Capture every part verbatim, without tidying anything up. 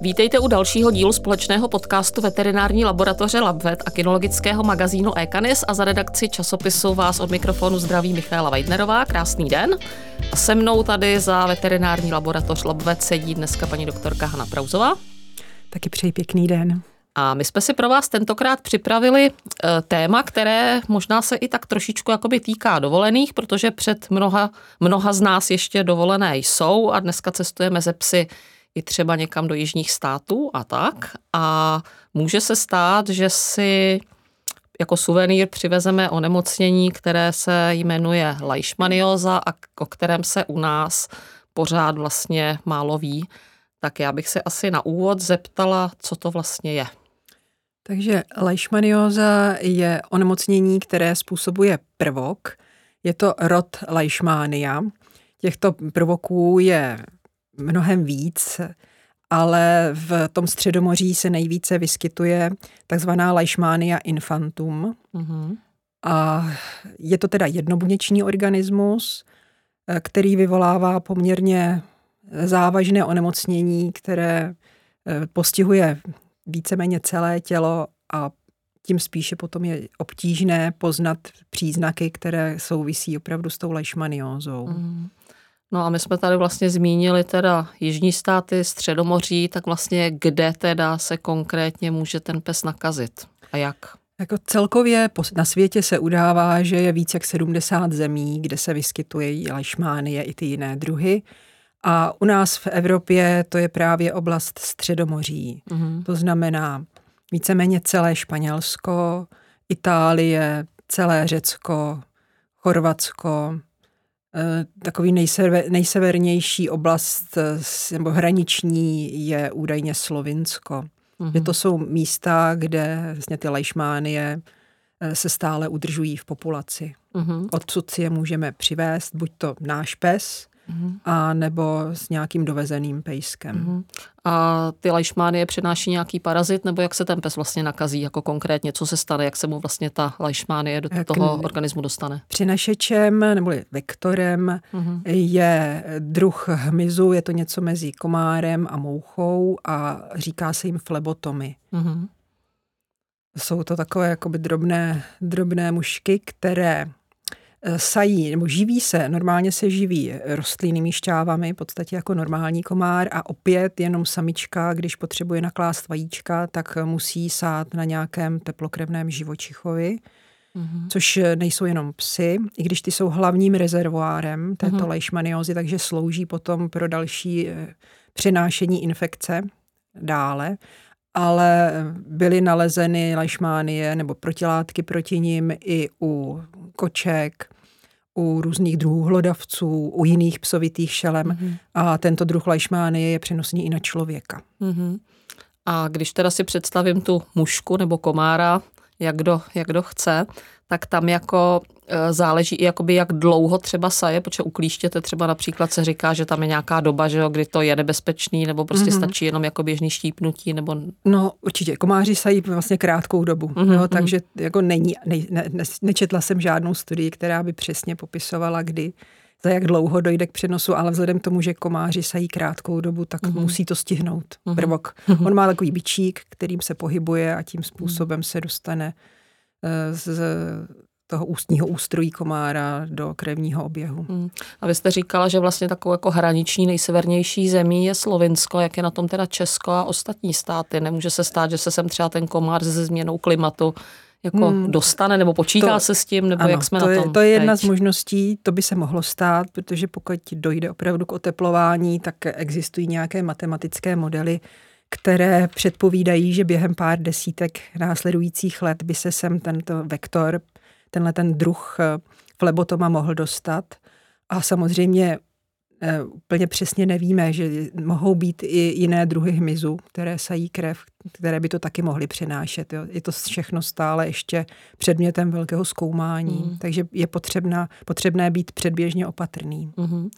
Vítejte u dalšího dílu společného podcastu veterinární laboratoře LabVet a kynologického magazínu eCanis a za redakci časopisu vás od mikrofonu zdraví Michaela Weidnerová. Krásný den. A se mnou tady za veterinární laboratoř LabVet sedí dneska paní doktorka Hana Prauzová. Taky přeji pěkný den. A my jsme si pro vás tentokrát připravili téma, které možná se i tak trošičku jakoby týká dovolených, protože před mnoha, mnoha z nás ještě dovolené jsou a dneska cestujeme ze psy i třeba někam do jižních států a tak. A může se stát, že si jako suvenýr přivezeme onemocnění, které se jmenuje leishmanióza a o kterém se u nás pořád vlastně málo ví. Tak já bych se asi na úvod zeptala, co to vlastně je. Takže leishmanióza je onemocnění, které způsobuje prvok. Je to rod Leishmania. Těchto prvoků je mnohem víc, ale v tom Středomoří se nejvíce vyskytuje takzvaná Leishmania infantum. Mm-hmm. A je to teda jednobuněčný organismus, který vyvolává poměrně závažné onemocnění, které postihuje víceméně celé tělo a tím spíše potom je obtížné poznat příznaky, které souvisí opravdu s tou leishmaniózou. Mm. No a my jsme tady vlastně zmínili teda jižní státy, Středomoří, tak vlastně kde teda se konkrétně může ten pes nakazit a jak? Jako celkově na světě se udává, že je víc jak sedmdesát zemí, kde se vyskytuje leishmanie i ty jiné druhy. A u nás v Evropě to je právě oblast Středomoří. Mm-hmm. To znamená víceméně celé Španělsko, Itálie, celé Řecko, Chorvatsko, takový nejsever, nejsevernější oblast nebo hraniční je údajně Slovinsko. Mm-hmm. Že to jsou místa, kde vlastně ty leishmanie se stále udržují v populaci. Mm-hmm. Odsud si je můžeme přivést, buď to náš pes, Mm-hmm. a nebo s nějakým dovezeným pejskem. Mm-hmm. A ty leishmanie přináší nějaký parazit, nebo jak se ten pes vlastně nakazí, jako konkrétně, co se stane, jak se mu vlastně ta leishmanie do jak toho organismu dostane? Přinašečem, nebo vektorem mm-hmm. je druh hmyzu, je to něco mezi komárem a mouchou a říká se jim flebotomy. Mm-hmm. Jsou to takové jakoby drobné, drobné mušky, které sají, nebo živí se, normálně se živí rostlinnými šťávami, v podstatě jako normální komár a opět jenom samička, když potřebuje naklást vajíčka, tak musí sát na nějakém teplokrevném živočichovi, mm-hmm. což nejsou jenom psy, i když ty jsou hlavním rezervoárem této mm-hmm. leishmaniózy, takže slouží potom pro další přenášení infekce dále. Ale byly nalezeny leishmanie nebo protilátky proti nim i u koček, u různých druhů hlodavců, u jiných psovitých šelem mm-hmm. a tento druh leishmanie je přenosný i na člověka. Mm-hmm. A když teda si představím tu mušku nebo komára, jak kdo, jak kdo chce, tak tam jako e, záleží i jakoby jak dlouho třeba saje, protože u klíštěte třeba například se říká, že tam je nějaká doba, že jo, kdy to je nebezpečný, nebo prostě mm-hmm. stačí jenom jako běžný štípnutí, nebo... No určitě, komáři sají vlastně krátkou dobu, mm-hmm. jo, takže jako není, ne, ne, ne, nečetla jsem žádnou studii, která by přesně popisovala, kdy, za jak dlouho dojde k přenosu, ale vzhledem k tomu, že komáři sají krátkou dobu, tak mm-hmm. musí to stihnout mm-hmm. prvok. Mm-hmm. On má takový bičík, kterým se pohybuje a tím způsobem mm-hmm. se dostane z toho ústního ústrojí komára do krevního oběhu. Hmm. A vy jste říkala, že vlastně takovou jako hraniční nejsevernější zemí je Slovinsko, jak je na tom teda Česko a ostatní státy. Nemůže se stát, že se sem třeba ten komár se změnou klimatu jako hmm. dostane, nebo počítá to, se s tím, nebo ano, jak jsme to na je, tom To je jedna teď? z možností, to by se mohlo stát, protože pokud dojde opravdu k oteplování, tak existují nějaké matematické modely, které předpovídají, že během pár desítek následujících let by se sem tento vektor, tenhle ten druh flebotoma mohl dostat. A samozřejmě e, úplně přesně nevíme, že mohou být i jiné druhy hmyzu, které sají krev, které by to taky mohly přenášet. Jo. Je to všechno stále ještě předmětem velkého zkoumání, mm. takže je potřebná, potřebné být předběžně opatrný. Mm-hmm.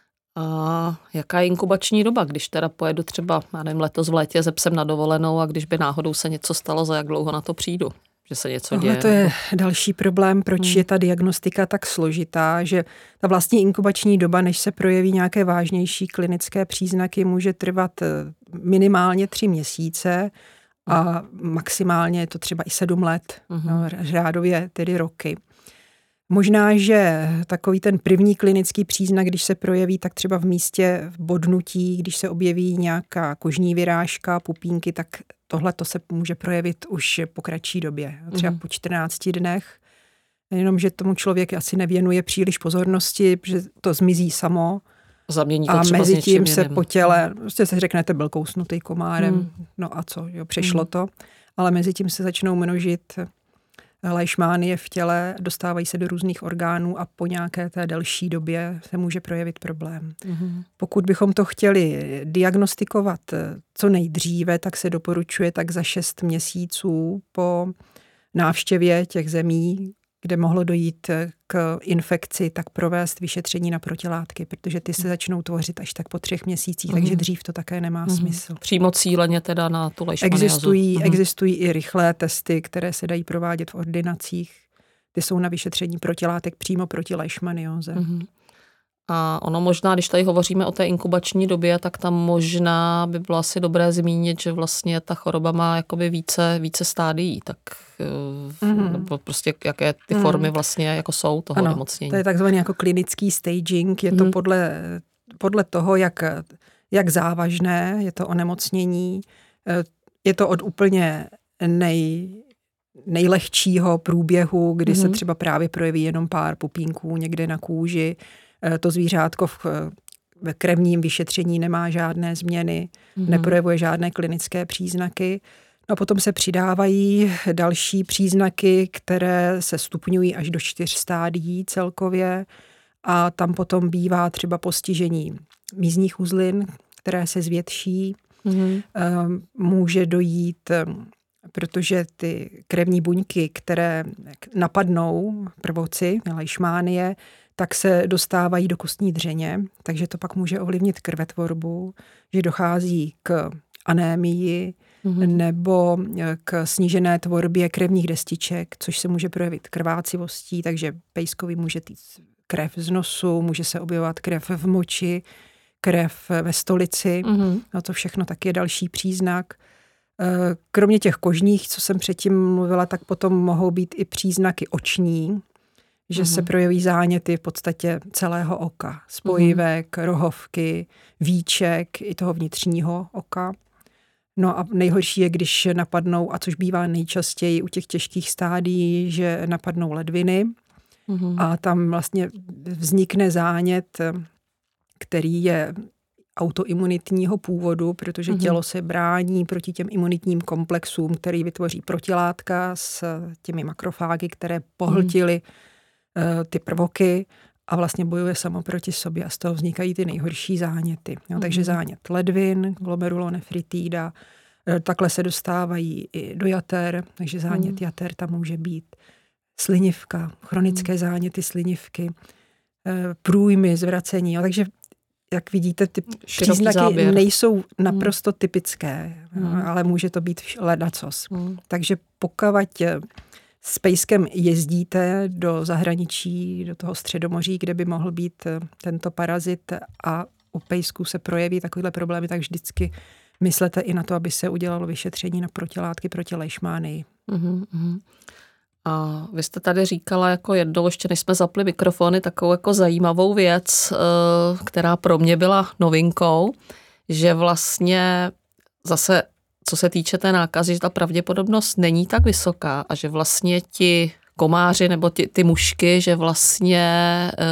A jaká je inkubační doba, když teda pojedu třeba, já nevím, letos v létě ze psem na dovolenou a když by náhodou se něco stalo, za jak dlouho na to přijdu? že se něco Tohle děje. to je další problém, proč hmm. je ta diagnostika tak složitá, že ta vlastní inkubační doba, než se projeví nějaké vážnější klinické příznaky, může trvat minimálně tři měsíce a maximálně je to třeba i sedm let, hmm. no, řádově tedy roky. Možná, že takový ten první klinický příznak, když se projeví, tak třeba v místě bodnutí, když se objeví nějaká kožní vyrážka, pupínky, tak tohle to se může projevit už po kratší době, třeba mm. po čtrnácti dnech. Jenomže tomu člověk asi nevěnuje příliš pozornosti, že to zmizí samo. Zamění to a mezi tím se jiným. po těle, prostě se řeknete, byl kousnutý komárem, mm. no a co, jo, přešlo mm. to. Ale mezi tím se začnou množit leishmanie v těle, dostávají se do různých orgánů a po nějaké té delší době se může projevit problém. Mm-hmm. Pokud bychom to chtěli diagnostikovat co nejdříve, tak se doporučuje tak za šest měsíců po návštěvě těch zemí, kde mohlo dojít k infekci, tak provést vyšetření na protilátky, protože ty se začnou tvořit až tak po třech měsících, mm-hmm. takže dřív to také nemá mm-hmm. smysl. Přímo cíleně teda na tu leishmaniózu. Existují, mm-hmm. existují i rychlé testy, které se dají provádět v ordinacích. Ty jsou na vyšetření protilátek přímo proti leishmanióze. Mm-hmm. A ono možná, když tady hovoříme o té inkubační době, tak tam možná by bylo asi dobré zmínit, že vlastně ta choroba má jakoby více, více stádií, tak mm-hmm. nebo prostě jaké ty formy vlastně jako jsou toho ano, nemocnění. To je takzvaný jako klinický staging, je to mm-hmm. podle, podle toho, jak, jak závažné je to onemocnění. Je to od úplně nej, nejlehčího průběhu, kdy mm-hmm. se třeba právě projeví jenom pár pupínků někde na kůži. To zvířátko v, ve krevním vyšetření nemá žádné změny, mm-hmm. neprojevuje žádné klinické příznaky. No a potom se přidávají další příznaky, které se stupňují až do čtyř stádií celkově a tam potom bývá třeba postižení mízních uzlin, které se zvětší. Mm-hmm. Může dojít, protože ty krevní buňky, které napadnou prvoci, leishmanie, tak se dostávají do kostní dřeně, takže to pak může ovlivnit krvetvorbu, že dochází k anémii mm-hmm. nebo k snížené tvorbě krevních destiček, což se může projevit krvácivostí, takže pejskovi může týct krev z nosu, může se objevovat krev v moči, krev ve stolici. Mm-hmm. No to všechno taky je další příznak. Kromě těch kožních, co jsem předtím mluvila, tak potom mohou být i příznaky oční, že mm-hmm. se projeví záněty v podstatě celého oka. Spojivek, mm-hmm. rohovky, víček i toho vnitřního oka. No a nejhorší je, když napadnou, a což bývá nejčastěji u těch těžkých stádií, že napadnou ledviny mm-hmm. a tam vlastně vznikne zánět, který je autoimunitního původu, protože mm-hmm. tělo se brání proti těm imunitním komplexům, který vytvoří protilátka s těmi makrofágy, které pohltily mm. ty prvoky a vlastně bojuje samo proti sobě a z toho vznikají ty nejhorší záněty. Jo, mm. Takže zánět ledvin, glomerulonefritída, takhle se dostávají i do jater, takže zánět mm. jater tam může být, slinivka, chronické mm. záněty slinivky, průjmy, zvracení, jo, takže jak vidíte, ty příznaky záběr. Nejsou naprosto hmm. typické, hmm. ale může to být ledacos. Hmm. Takže pokud s pejskem jezdíte do zahraničí, do toho Středomoří, kde by mohl být tento parazit a u pejsků se projeví takovýhle problémy, tak vždycky myslete i na to, aby se udělalo vyšetření na protilátky proti leishmanii. Hmm. A vy jste tady říkala jako jednou, ještě než jsme zapli mikrofony, takovou jako zajímavou věc, která pro mě byla novinkou, že vlastně zase, co se týče té nákazy, že ta pravděpodobnost není tak vysoká a že vlastně ti komáři nebo ty, ty mušky, že vlastně e,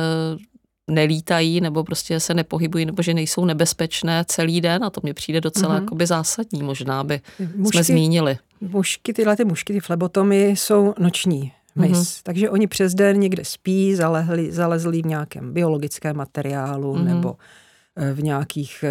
nelítají nebo prostě se nepohybují nebo že nejsou nebezpečné celý den a to mně přijde docela mm-hmm. jakoby zásadní, možná by mušky, jsme zmínili. Mušky, tyhle ty mušky, ty flebotomy jsou noční mys, mm-hmm. takže oni přes den někde spí, zalehli, zalezli v nějakém biologickém materiálu mm-hmm. nebo v nějakých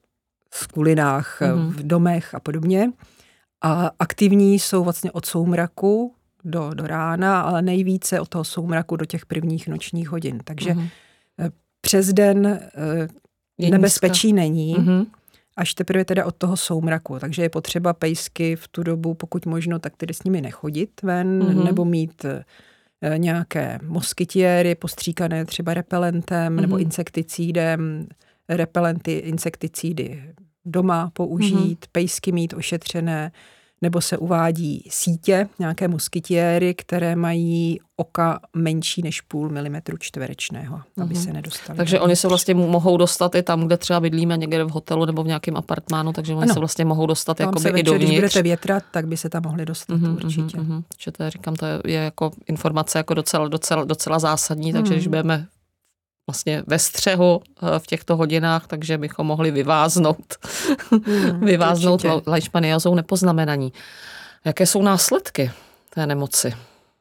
skulinách mm-hmm. v domech a podobně. A aktivní jsou vlastně od soumraku do, do rána, ale nejvíce od toho soumraku do těch prvních nočních hodin. Takže mm-hmm. přes den je nebezpečí nízka. Není, mm-hmm. až teprve teda od toho soumraku. Takže je potřeba pejsky v tu dobu, pokud možno, tak tedy s nimi nechodit ven, mm-hmm. nebo mít nějaké moskytiéry postříkané třeba repelentem mm-hmm. nebo insekticídem, repelenty, insekticidy doma použít, mm-hmm. pejsky mít ošetřené, nebo se uvádí sítě, nějaké moskytiéry, které mají oka menší než půl milimetru čtverečného, aby mm-hmm. se nedostali. Takže oni se vlastně mohou dostat i tam, kde třeba bydlíme, někde v hotelu nebo v nějakém apartmánu, takže oni ano. se vlastně mohou dostat tam jakoby se večer, i dovnitř. Když budete větrat, tak by se tam mohli dostat mm-hmm, určitě. Mm-hmm. Takže to je, říkám, to je, je jako informace jako docela, docela, docela zásadní, takže mm. když budeme vlastně ve střehu v těchto hodinách, takže bychom mohli vyváznout, mm, vyváznout leishmaniózou nepoznamenaní. Jaké jsou následky té nemoci?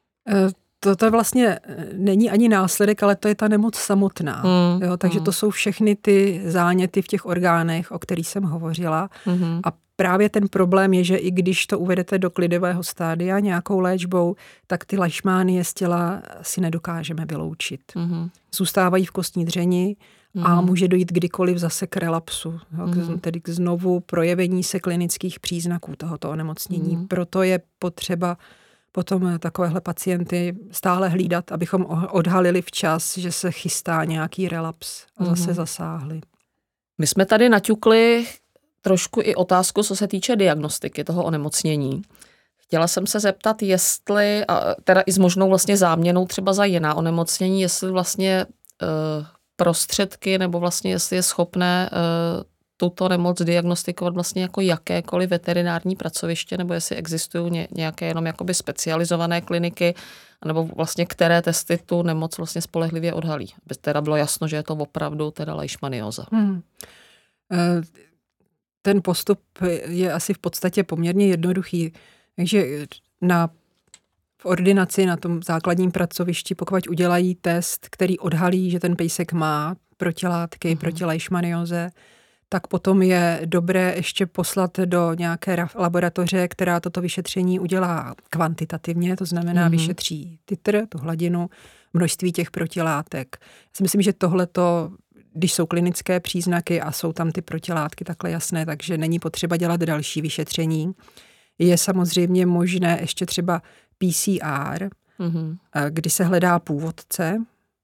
To, to vlastně není ani následek, ale to je ta nemoc samotná. Mm, jo, takže mm. to jsou všechny ty záněty v těch orgánech, o kterých jsem hovořila. Mm. A právě ten problém je, že i když to uvedete do klidového stádia nějakou léčbou, tak ty leishmanie z těla si nedokážeme vyloučit. Mm. Zůstávají v kostní dřeni mm. a může dojít kdykoliv zase k relapsu, jo, mm. tedy k znovu projevení se klinických příznaků tohoto onemocnění. Mm. Proto je potřeba potom takovéhle pacienty stále hlídat, abychom odhalili včas, že se chystá nějaký relaps a zase mm. zasáhli. My jsme tady naťukli trošku i otázku, co se týče diagnostiky toho onemocnění. Chtěla jsem se zeptat, jestli, a teda i s možnou vlastně záměnou třeba za jiná onemocnění, jestli vlastně e, prostředky nebo vlastně jestli je schopné e, tuto nemoc diagnostikovat vlastně jako jakékoliv veterinární pracoviště, nebo jestli existují ně, nějaké jenom jakoby specializované kliniky, nebo vlastně které testy tu nemoc vlastně spolehlivě odhalí. Aby teda bylo jasno, že je to opravdu teda leishmanióza. Hmm. E- Ten postup je asi v podstatě poměrně jednoduchý. Takže na, v ordinaci na tom základním pracovišti, pokud udělají test, který odhalí, že ten pejsek má protilátky uh-huh. proti leishmanióze, tak potom je dobré ještě poslat do nějaké laboratoře, která toto vyšetření udělá kvantitativně, to znamená uh-huh. vyšetří titr, tu hladinu, množství těch protilátek. Já si myslím, že tohleto, když jsou klinické příznaky a jsou tam ty protilátky takhle jasné, takže není potřeba dělat další vyšetření. Je samozřejmě možné ještě třeba P C R, mm-hmm. kdy se hledá původce,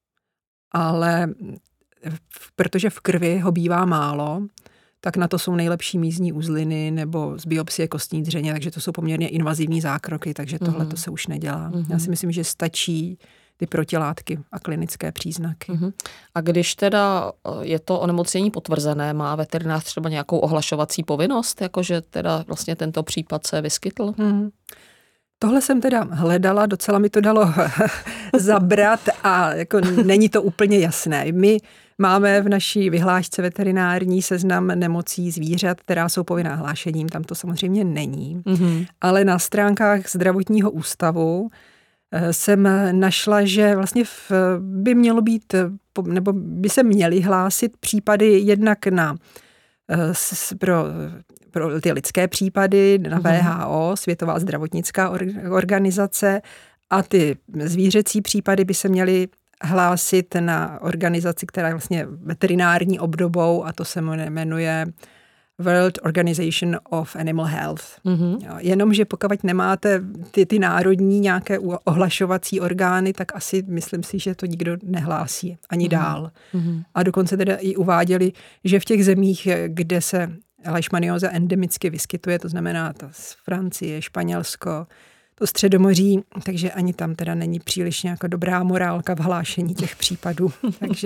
ale v, protože v krvi ho bývá málo, tak na to jsou nejlepší mízní uzliny nebo z biopsie kostní dřeně, takže to jsou poměrně invazivní zákroky, takže tohle to mm-hmm. se už nedělá. Mm-hmm. Já si myslím, že stačí ty protilátky a klinické příznaky. Uh-huh. A když teda je to onemocnění potvrzené, má veterinář třeba nějakou ohlašovací povinnost, jakože teda vlastně tento případ se vyskytl? Uh-huh. Tohle jsem teda hledala, docela mi to dalo zabrat a jako není to úplně jasné. My máme v naší vyhlášce veterinární seznam nemocí zvířat, která jsou povinná hlášením, tam to samozřejmě není. Uh-huh. Ale na stránkách zdravotního ústavu jsem našla, že vlastně v, by mělo být, nebo by se měly hlásit případy jednak na pro, pro ty lidské případy na V H O, Světová zdravotnická organizace, a ty zvířecí případy by se měly hlásit na organizaci, která je vlastně veterinární obdobou, a to se jmenuje World Organization of Animal Health. Mm-hmm. Jo, jenomže pokud nemáte ty, ty národní nějaké ohlašovací orgány, tak asi myslím si, že to nikdo nehlásí ani mm-hmm. dál. Mm-hmm. A dokonce teda i uváděli, že v těch zemích, kde se leishmanióza endemicky vyskytuje, to znamená ta z Francie, Španělsko, to Středomoří, takže ani tam teda není příliš nějaká dobrá morálka v hlášení těch případů. Takže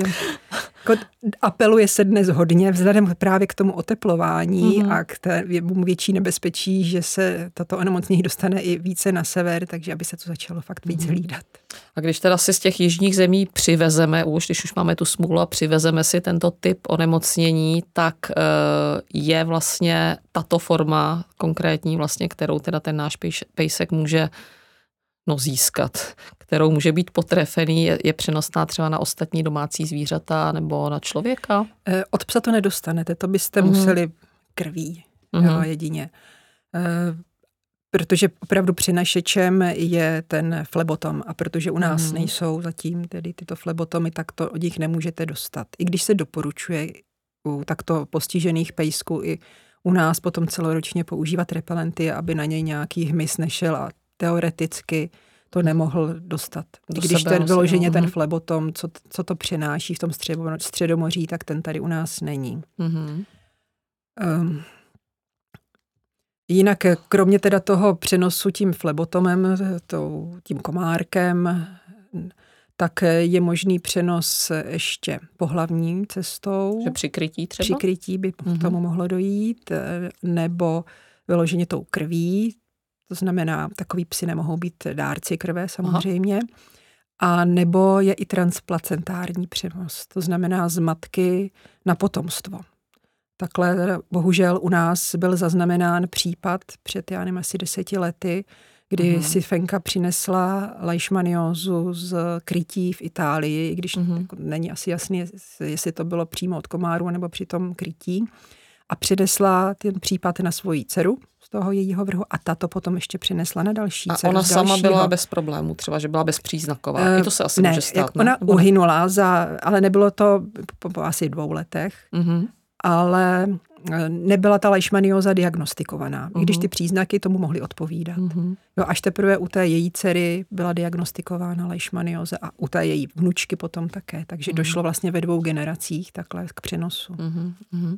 apeluje se dnes hodně vzhledem právě k tomu oteplování mm-hmm. a k tému větší nebezpečí, že se tato onemocnění dostane i více na sever, takže aby se to začalo fakt víc hlídat. A když teda si z těch jižních zemí přivezeme už, když už máme tu smůlu a přivezeme si tento typ onemocnění, tak je vlastně tato forma konkrétní, vlastně, kterou teda ten náš pejsek může no, získat, kterou může být potrefený, je, je přenosná třeba na ostatní domácí zvířata nebo na člověka? Od psa to nedostanete, to byste mm. museli krví, mm. jo, jedině. Protože opravdu přinašečem je ten flebotom a protože u nás mm. nejsou zatím tedy tyto flebotomy, tak to od nich nemůžete dostat. I když se doporučuje u takto postižených pejsků i u nás potom celoročně používat repelenty, aby na něj nějaký hmyz nešel a teoreticky to nemohl dostat. Do Když sebe, ten vyloženě ten flebotom, co, co to přináší v tom středomoří, tak ten tady u nás není. Mm-hmm. Um, jinak kromě teda toho přenosu tím flebotomem, to, tím komárkem, tak je možný přenos ještě pohlavní cestou. Že přikrytí třeba? Přikrytí by mm-hmm. tomu mohlo dojít, nebo vyloženě tou krví. To znamená, takový psi nemohou být dárci krve samozřejmě. Aha. A nebo je i transplacentární přenos. To znamená z matky na potomstvo. Takhle bohužel u nás byl zaznamenán případ před, já nevím, asi deseti lety, kdy uh-huh. si Fenka přinesla leishmaniózu z krytí v Itálii, i když uh-huh. jako není asi jasný, jestli to bylo přímo od komáru nebo při tom krytí. A přinesla ten případ na svoji dceru z toho jejího vrhu a ta to potom ještě přinesla na další a dceru. A ona sama byla bez problémů, třeba, že byla bezpříznaková. Uh, I to se asi ne, může stát. Jak ona nebo uhynula, za, ale nebylo to po, po asi dvou letech, uh-huh. ale nebyla ta leishmanióza diagnostikovaná, uh-huh. i když ty příznaky tomu mohly odpovídat. Uh-huh. Jo, až teprve u té její dcery byla diagnostikována leishmanióza a u té její vnučky potom také. Takže uh-huh. došlo vlastně ve dvou generacích takhle k přenosu. Uh-huh. Uh-huh.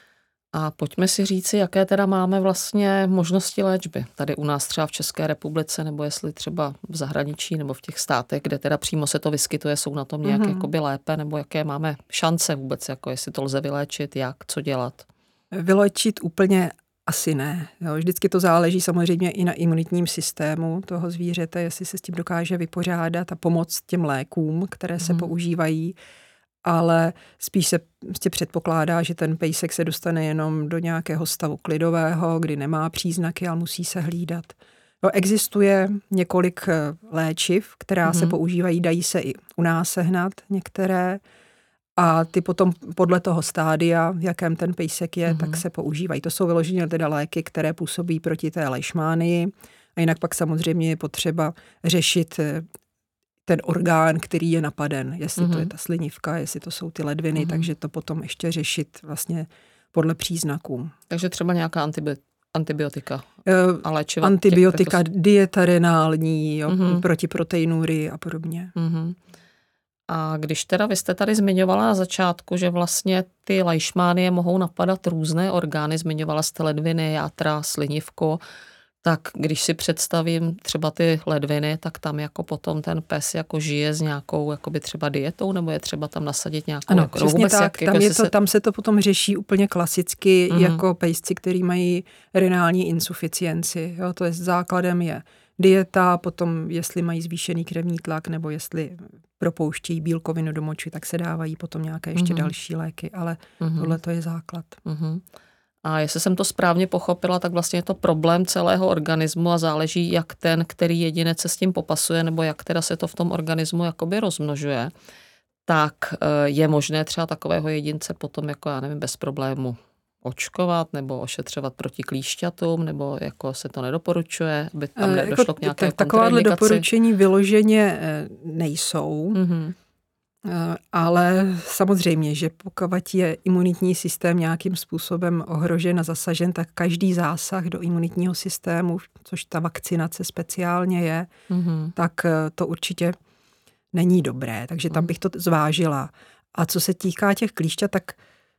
A pojďme si říci, jaké teda máme vlastně možnosti léčby. Tady u nás třeba v České republice, nebo jestli třeba v zahraničí, nebo v těch státech, kde teda přímo se to vyskytuje, jsou na tom nějak uh-huh. jakoby lépe, nebo jaké máme šance vůbec, jako jestli to lze vyléčit, jak, co dělat? Vyléčit úplně asi ne. Jo, vždycky to záleží samozřejmě i na imunitním systému toho zvířete, jestli se s tím dokáže vypořádat a pomoct těm lékům, které se uh-huh. používají. Ale spíš se prostě předpokládá, že ten pejsek se dostane jenom do nějakého stavu klidového, kdy nemá příznaky, ale musí se hlídat. No, existuje několik léčiv, která mm-hmm. se používají, dají se i u nás sehnat některé a ty potom podle toho stádia, v jakém ten pejsek je, mm-hmm. tak se používají. To jsou vyloženě teda léky, které působí proti té leishmánii a jinak pak samozřejmě je potřeba řešit ten orgán, který je napaden, jestli mm-hmm. to je ta slinivka, jestli to jsou ty ledviny, mm-hmm. takže to potom ještě řešit vlastně podle příznaků. Takže třeba nějaká antibi- antibiotika uh, a léčiva? Antibiotika, těch, dieta renální, jo, mm-hmm. protiproteinury a podobně. Mm-hmm. A když teda vy jste tady zmiňovala na začátku, že vlastně ty leishmánie mohou napadat různé orgány, zmiňovala jste ledviny, játra, slinivku, tak když si představím třeba ty ledviny, tak tam jako potom ten pes jako žije s nějakou jakoby třeba dietou, nebo je třeba tam nasadit nějakou... Ano, jako, přesně tak, jak, tam, je to, se... tam se to potom řeší úplně klasicky mm. jako pejsci, který mají renální insuficienci. Jo, to je základem je dieta, potom jestli mají zvýšený krevní tlak, nebo jestli propouštějí bílkovinu do moči, tak se dávají potom nějaké ještě mm. další léky, ale mm. tohle to je základ. Mm. A jestli jsem to správně pochopila, tak vlastně je to problém celého organismu a záleží, jak ten, který jedinec se s tím popasuje, nebo jak teda se to v tom organismu jakoby rozmnožuje, tak je možné třeba takového jedince potom jako, já nevím, bez problému očkovat nebo ošetřovat proti klíšťatům, nebo jako se to nedoporučuje, aby tam nedošlo jako, k nějaké tak, takováhle doporučení vyloženě nejsou. Mm-hmm. Ale samozřejmě, že pokud je imunitní systém nějakým způsobem ohrožen a zasažen, tak každý zásah do imunitního systému, což ta vakcinace speciálně je, mm-hmm. tak to určitě není dobré. Takže tam bych to zvážila. A co se týká těch klíšťat, tak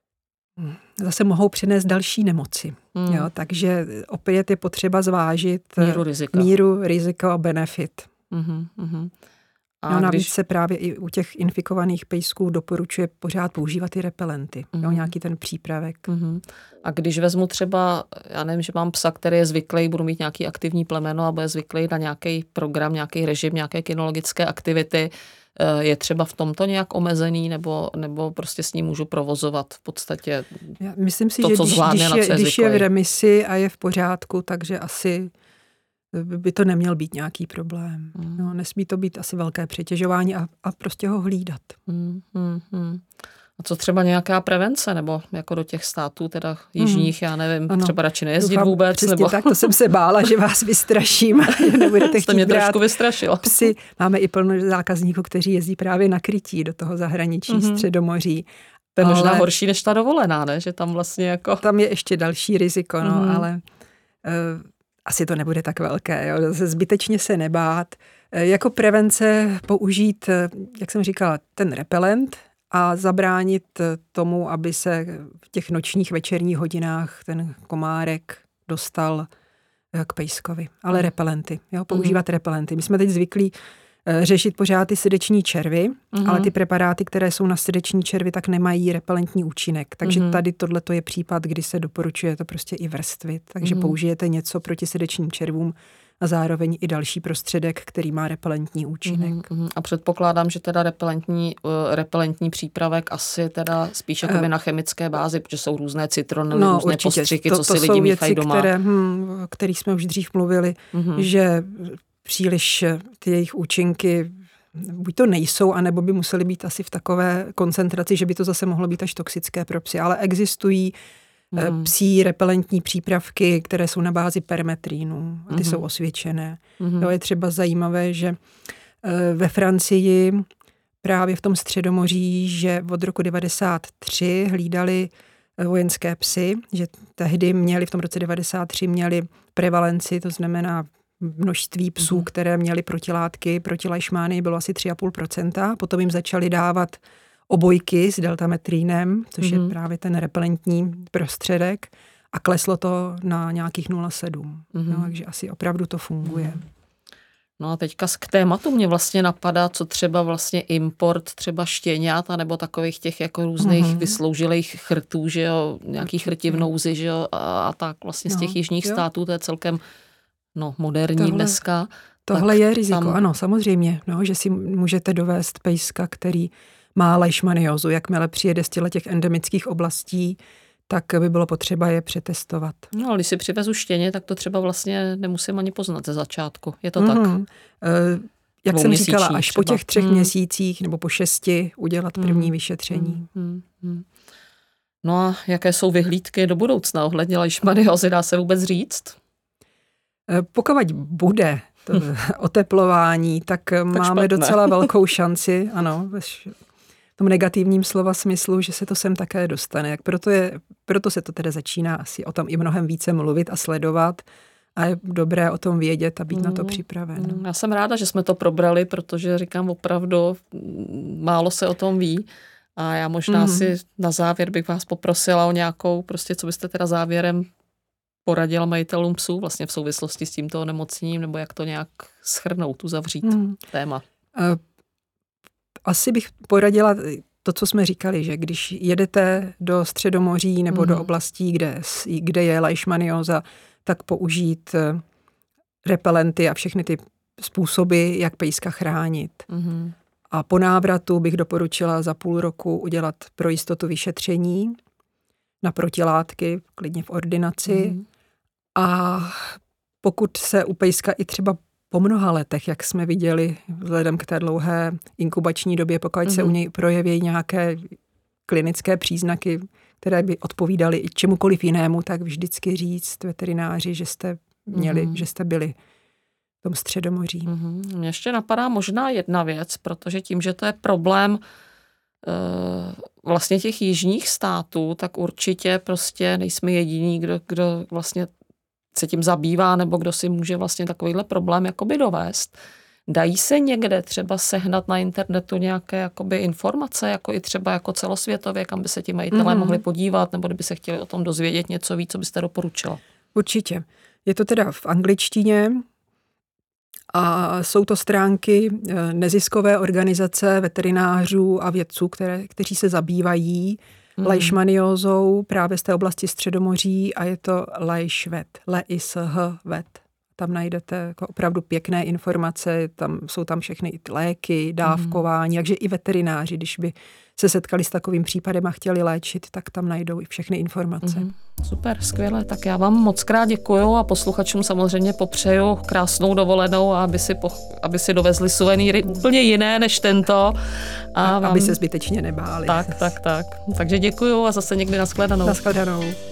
zase mohou přinést další nemoci. Mm. Jo, takže opět je potřeba zvážit míru rizika, míru rizika a benefit. Mm-hmm, mm-hmm. A no, navíc když... se právě i u těch infikovaných pejsků doporučuje pořád používat i repelenty, mm-hmm. jo, nějaký ten přípravek. Mm-hmm. A když vezmu třeba, já nevím, že mám psa, který je zvyklý, budu mít nějaký aktivní plemeno a bude zvyklý na nějaký program, nějaký režim, nějaké kynologické aktivity, je třeba v tomto nějak omezený, nebo, nebo prostě s ním můžu provozovat v podstatě Já myslím si, to, že co když, zvládne, když, na je, je když je v remisi a je v pořádku, takže asi by to neměl být nějaký problém. Mm. No, nesmí to být asi velké přetěžování a, a prostě ho hlídat. Mm, mm, mm. A co třeba nějaká prevence, nebo jako do těch států teda jižních, mm. já nevím, ano. třeba radši nejezdit Doufám, vůbec? Přesně nebo... tak, to jsem se bála, že vás vystraším. Nebudete chtít mě brát trošku vystrašila. Psy. Máme i plno zákazníků, kteří jezdí právě na krytí do toho zahraničí, mm-hmm. Středomoří. To je ale možná horší než ta dovolená, ne? Že tam vlastně jako... Tam je ještě další riziko, no, mm. ale uh, asi to nebude tak velké. Jo? Zbytečně se nebát. Uh, jako prevence použít, uh, jak jsem říkala, ten repelent a zabránit tomu, aby se v těch nočních večerních hodinách ten komárek dostal k pejskovi. Ale mm. repelenty, jo? Používat mm. repelenty. My jsme teď zvyklí řešit pořád ty srdeční červy, mm-hmm. ale ty preparáty, které jsou na srdeční červy, tak nemají repelentní účinek. Takže mm-hmm. tady tohleto je případ, kdy se doporučuje to prostě i vrstvit. Takže mm-hmm. použijete něco proti srdečním červům a zároveň i další prostředek, který má repelentní účinek. Mm-hmm. A předpokládám, že teda repelentní, uh, repelentní přípravek asi teda spíš jakoby uh, na chemické bázi, protože jsou různé citronely, no, různé určitě. postřiky, to, co si lidi míchají doma. To jsou věci, hm, o kterých jsme už dřív mluvili, mm-hmm. že příliš ty jejich účinky buď to nejsou, anebo by musely být asi v takové koncentraci, že by to zase mohlo být až toxické pro psy. Ale existují mm. psí repelentní přípravky, které jsou na bázi permetrínu. A ty mm. jsou osvědčené. Mm. Jo, je třeba zajímavé, že ve Francii právě v tom Středomoří, že od roku devadesát tři hlídali vojenské psy, že tehdy měli, v tom roce devadesát tři měli prevalenci, to znamená množství psů, mm. které měly protilátky proti leishmanii, bylo asi tři a půl procenta. Potom jim začali dávat obojky s deltametrínem, což mm. je právě ten repelentní prostředek, a kleslo to na nějakých nula celá sedm. Mm. No, takže asi opravdu to funguje. Mm. No a teďka k tématu mě vlastně napadá, co třeba vlastně import třeba štěňat, nebo takových těch jako různých mm. vysloužilých chrtů, že jo, nějakých chrti v nouzi, že jo, a, a tak vlastně no, z těch jižních jo. států, to je celkem no, moderní tohle, dneska. Tohle je riziko, tam... ano, samozřejmě, no, že si můžete dovést pejska, který má leishmaniózu. Jakmile přijede z těch endemických oblastí, tak by bylo potřeba je přetestovat. No, ale když si přivezu štěně, tak to třeba vlastně nemusím ani poznat ze začátku. Je to mm-hmm. tak? E, jak jsem říkala, až třeba po těch třech mm. měsících nebo po šesti udělat první mm. vyšetření. Mm. Mm. No a jaké jsou vyhlídky do budoucna ohledně leishmaniózy, dá se vůbec říct? Pokud bude to oteplování, tak, tak máme špatné. Docela velkou šanci, ano, v tom negativním slova smyslu, že se to sem také dostane. Proto, je, proto se to tedy začíná asi o tom i mnohem více mluvit a sledovat a je dobré o tom vědět a být mm. na to připraven. Já jsem ráda, že jsme to probrali, protože říkám opravdu, málo se o tom ví. A já možná mm. si na závěr bych vás poprosila o nějakou, prostě co byste teda závěrem poradila majitelům psů vlastně v souvislosti s tímto onemocněním, nebo jak to nějak shrnout, uzavřít hmm. téma? Asi bych poradila to, co jsme říkali, že když jedete do Středomoří nebo hmm. do oblastí, kde, kde je leishmanióza, tak použít repelenty a všechny ty způsoby, jak pejska chránit. Hmm. A po návratu bych doporučila za půl roku udělat pro jistotu vyšetření na protilátky, klidně v ordinaci. Mm. A pokud se u pejska i třeba po mnoha letech, jak jsme viděli vzhledem k té dlouhé inkubační době, pokud mm. se u něj projeví nějaké klinické příznaky, které by odpovídaly i čemukoliv jinému, tak vždycky říct veterináři, že jste měli, mm. že jste byli v tom Středomoří. Mm. Mně ještě napadá možná jedna věc, protože tím, že to je problém vlastně těch jižních států, tak určitě prostě nejsme jediní, kdo, kdo vlastně se tím zabývá, nebo kdo si může vlastně takovýhle problém jakoby dovést. Dají se někde třeba sehnat na internetu nějaké jakoby informace, jako i třeba jako celosvětově, kam by se ti majitelé mm-hmm. mohli podívat, nebo kdyby se chtěli o tom dozvědět něco víc, co byste doporučila? Určitě. Je to teda v angličtině, a jsou to stránky neziskové organizace veterinářů a vědců, které, kteří se zabývají mm. leishmaniózou právě z té oblasti Středomoří a je to Leishvet, L I S H vet. Tam najdete jako opravdu pěkné informace, tam jsou tam všechny i léky, dávkování, mm. takže i veterináři, když by se setkali s takovým případem a chtěli léčit, tak tam najdou i všechny informace. Mm. Super, skvěle. Tak já vám moc krát děkuju a posluchačům samozřejmě popřeju krásnou dovolenou a aby si, po, aby si dovezli suvenýry úplně jiné než tento. A vám... Aby se zbytečně nebáli. Tak, tak, tak. Takže děkuju a zase někdy nashledanou. Nashledanou.